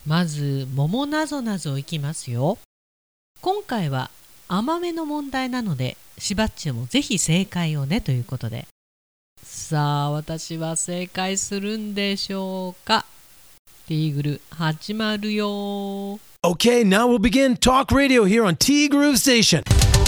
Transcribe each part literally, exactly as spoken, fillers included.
まず桃なぞなぞいきますよ。今回は甘めの問題なので、しばっちもぜひ正解をねということで、さあ私は正解するんでしょうか。ティーグル始まるよ。 Okay, now we'll begin Talk Radio here on T Groove Station.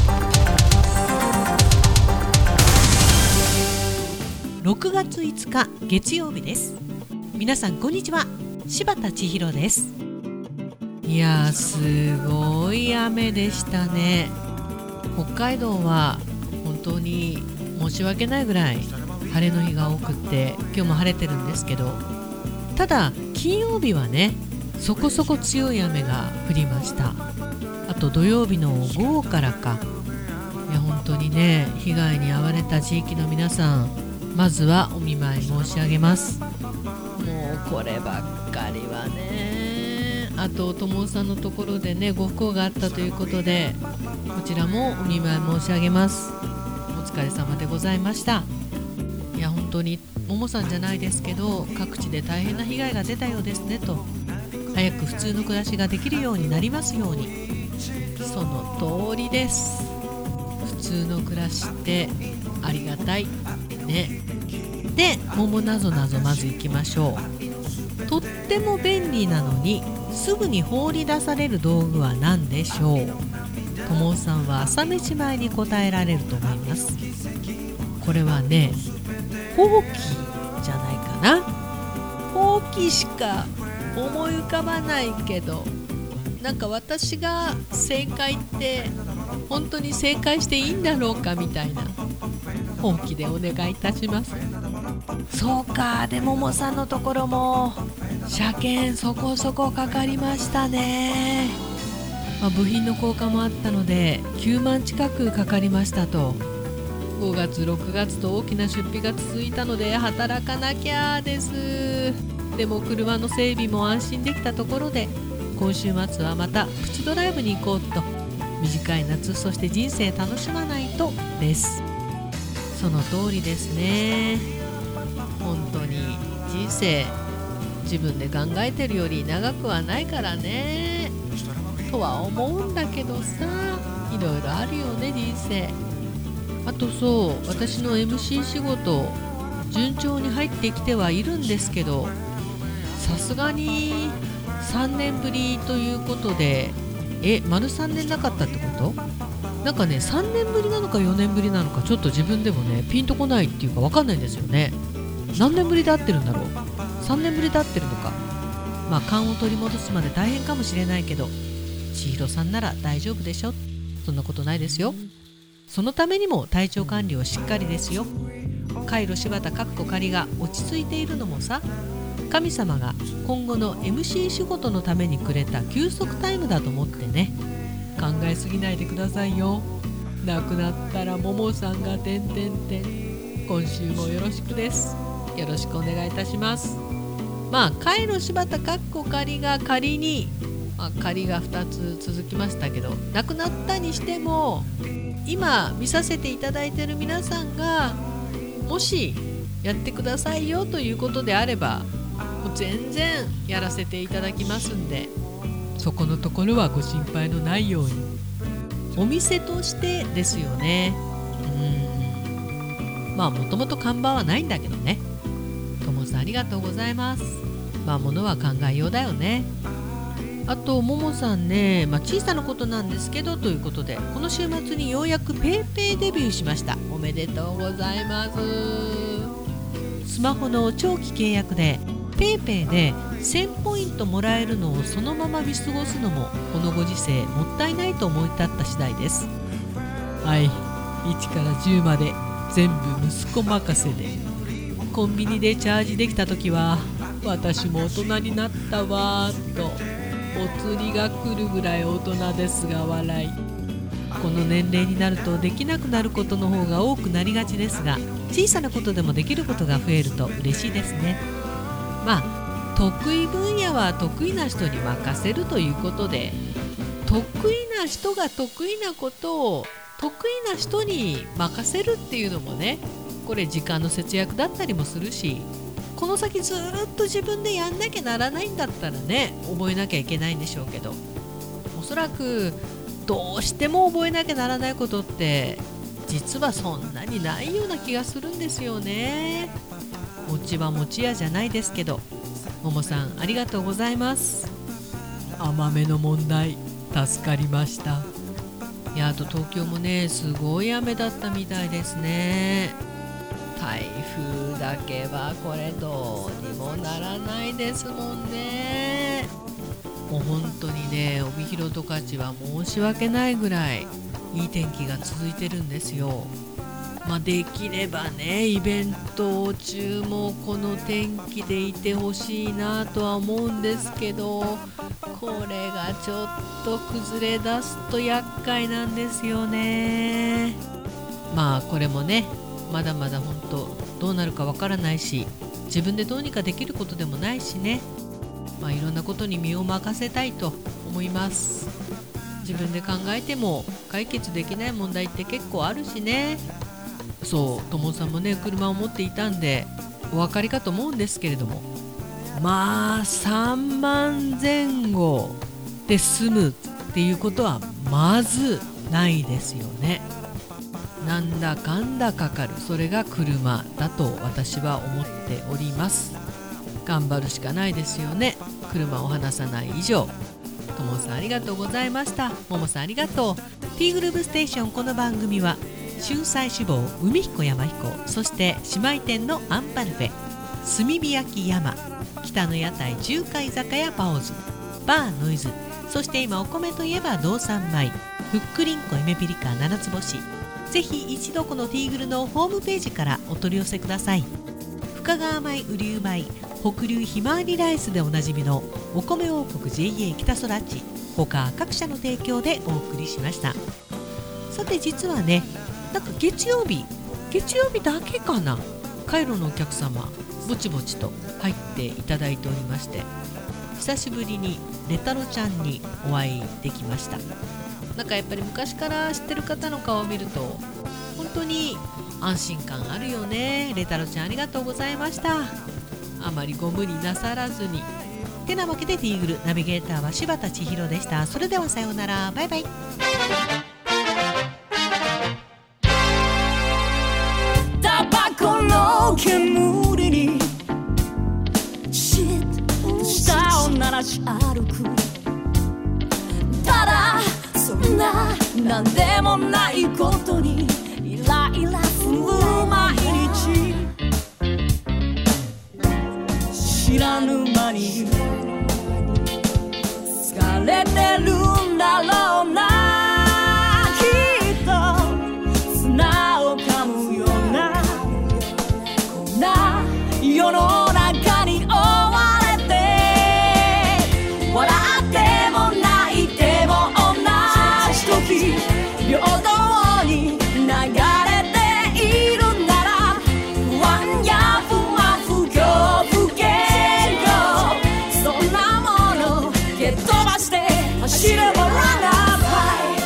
ろくがついつか月曜日です。皆さんこんにちは、柴田千尋です。いやー、すごい雨でしたね。北海道は本当に申し訳ないぐらい晴れの日が多くって、今日も晴れてるんですけど、ただ金曜日はね、そこそこ強い雨が降りました。あと土曜日の午後からか。いや本当にね、被害に遭われた地域の皆さん、まずはお見舞い申し上げます。もうこればっかりはね。あとお友さんのところでね、ご不幸があったということで、こちらもお見舞い申し上げます。お疲れ様でございました。いや本当にももさんじゃないですけど、各地で大変な被害が出たようですねと。早く普通の暮らしができるようになりますように。その通りです。普通の暮らしってありがたいね。で、桃なぞなぞまずいきましょう。とっても便利なのにすぐに放り出される道具は何でしょう。ともさんは朝飯前に答えられると思います。これはね、ほうきじゃないかな。ほうきしか思い浮かばないけど、なんか私が正解って本当に正解していいんだろうかみたいな。ほうきでお願いいたします。そうか、でももさんのところも車検そこそこかかりましたね。まあ、部品の交換もあったのできゅうまん近くかかりましたと。ごがつろくがつと大きな出費が続いたので働かなきゃです。でも車の整備も安心できたところで、今週末はまたプチドライブに行こうと。短い夏、そして人生楽しまないとです。その通りですね。本当に人生自分で考えてるより長くはないからねとは思うんだけどさ、いろいろあるよね人生。あとそう、私の エムシー 仕事順調に入ってきてはいるんですけど、さすがにさんねんぶりということで、え、丸さんねんなかったってこと？なんかね、さんねんぶりなのかよねんぶりなのかちょっと自分でもねピンとこないっていうか分かんないんですよね。何年ぶりで合ってるんだろう。さんねんぶりで合ってるのか。まあ勘を取り戻すまで大変かもしれないけど、千尋さんなら大丈夫でしょ。そんなことないですよ。そのためにも体調管理をしっかりですよ。カイロ柴田かっこ仮が落ち着いているのもさ、神様が今後の エムシー 仕事のためにくれた休息タイムだと思ってね。考えすぎないでくださいよ。亡くなったらももさんがてんてんてん。今週もよろしくです。よろしくお願いいたします。まあカイロ柴田かっこ仮が仮に、まあ、仮がふたつ続きましたけど、亡くなったにしても今見させていただいている皆さんがもしやってくださいよということであれば、もう全然やらせていただきますんで、そこのところはご心配のないように。お店としてですよね。うーん、まあもともと看板はないんだけどね。ともさんありがとうございます。まあ物は考えようだよね。あとももさんね、まあ、小さなことなんですけどということで、この週末にようやくペイペイデビューしました。おめでとうございます。スマホの長期契約でペイペイでせんポイントもらえるのをそのまま見過ごすのもこのご時世もったいないと思い立った次第です。はい、いちからじゅうまで全部息子任せで。コンビニでチャージできた時は私も大人になったわーとお釣りが来るぐらい大人ですが笑い。この年齢になるとできなくなることの方が多くなりがちですが、小さなことでもできることが増えると嬉しいですね。まあ得意分野は得意な人に任せるということで、得意な人が得意なことを得意な人に任せるっていうのもね、これ時間の節約だったりもするし、 この先ずっと自分でやんなきゃならないんだったらね、覚えなきゃいけないんでしょうけど、おそらくどうしても覚えなきゃならないことって実はそんなにないような気がするんですよね。餅は餅屋じゃないですけど、ももさんありがとうございます。甘めの問題助かりました。いや、あと東京もねすごい雨だったみたいですね。台風だけはこれどうにもならないですもんね。もう本当にね、帯広十勝は申し訳ないぐらいいい天気が続いてるんですよ。まあ、できればねイベント中もこの天気でいてほしいなとは思うんですけど、これがちょっと崩れ出すと厄介なんですよね。まあこれもねまだまだ本当どうなるかわからないし、自分でどうにかできることでもないしね、まあ、いろんなことに身を任せたいと思います。自分で考えても解決できない問題って結構あるしね。そう、ともさんもね車を持っていたんでお分かりかと思うんですけれども、まあさんまんぜん後で済むっていうことはまずないですよね。なんだかんだかかる、それが車だと私は思っております。頑張るしかないですよね、車を離さない以上。ともさんありがとうございました。ももさんありがとう。 T グループステーション、この番組は春菜志望海彦山彦、そして姉妹店のアンパルフェ、炭火焼き山、北の屋台十回居酒屋パオズ、バーノイズ、そして今お米といえば道産米、ふっくりんこエメピリカ七つ星。ぜひ一度この T グルのホームページからお取り寄せください。深川米、雨竜米、北流ひまわりライスでおなじみのお米王国 ジェイエー 北空地、他各社の提供でお送りしました。さて実はね、なんか月曜日月曜日だけかな、カイロのお客様ぼちぼちと入っていただいておりまして、久しぶりにレタロちゃんにお会いできました。なんかやっぱり昔から知ってる方の顔を見ると本当に安心感あるよね。レタロちゃんありがとうございました。あまりご無理なさらずに。てなわけで T グルナビゲーターは柴田千尋でした。それではさようなら、バイバイ。 タバコの煙にシッと舌を鳴らし歩く、ただそんななんでもないことにイライラする毎日、知らぬ間に疲れてるんだろうな。きっと砂を噛むようなこんな世の中に追われて、笑っても泣いても同じ時平等に流れているなら、不安や不満不況不景気、そんなもの蹴っ飛ばして走ればランナーパイ。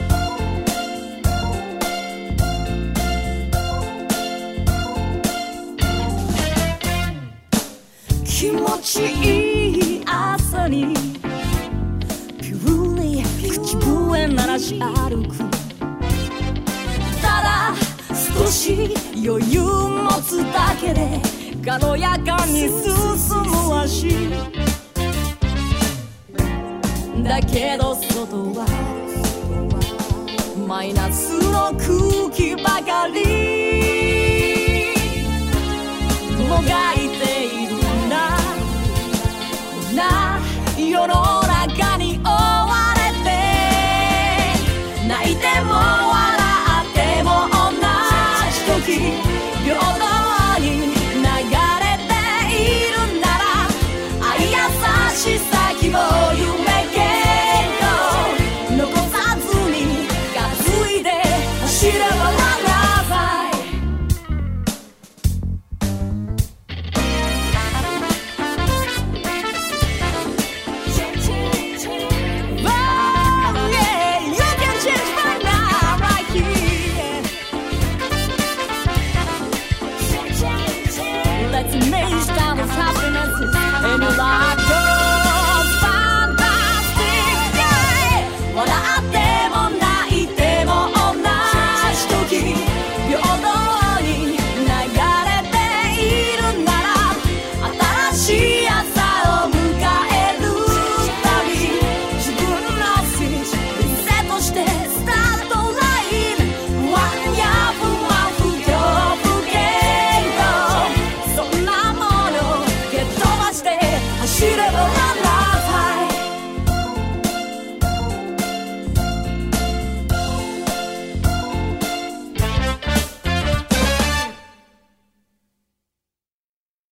気持ちいい朝にピューに口笛鳴らし歩く、ただ少し余裕持つだけで軽やかに進む足だけど、外はマイナスの空気ばかりもがいているな、こんな世の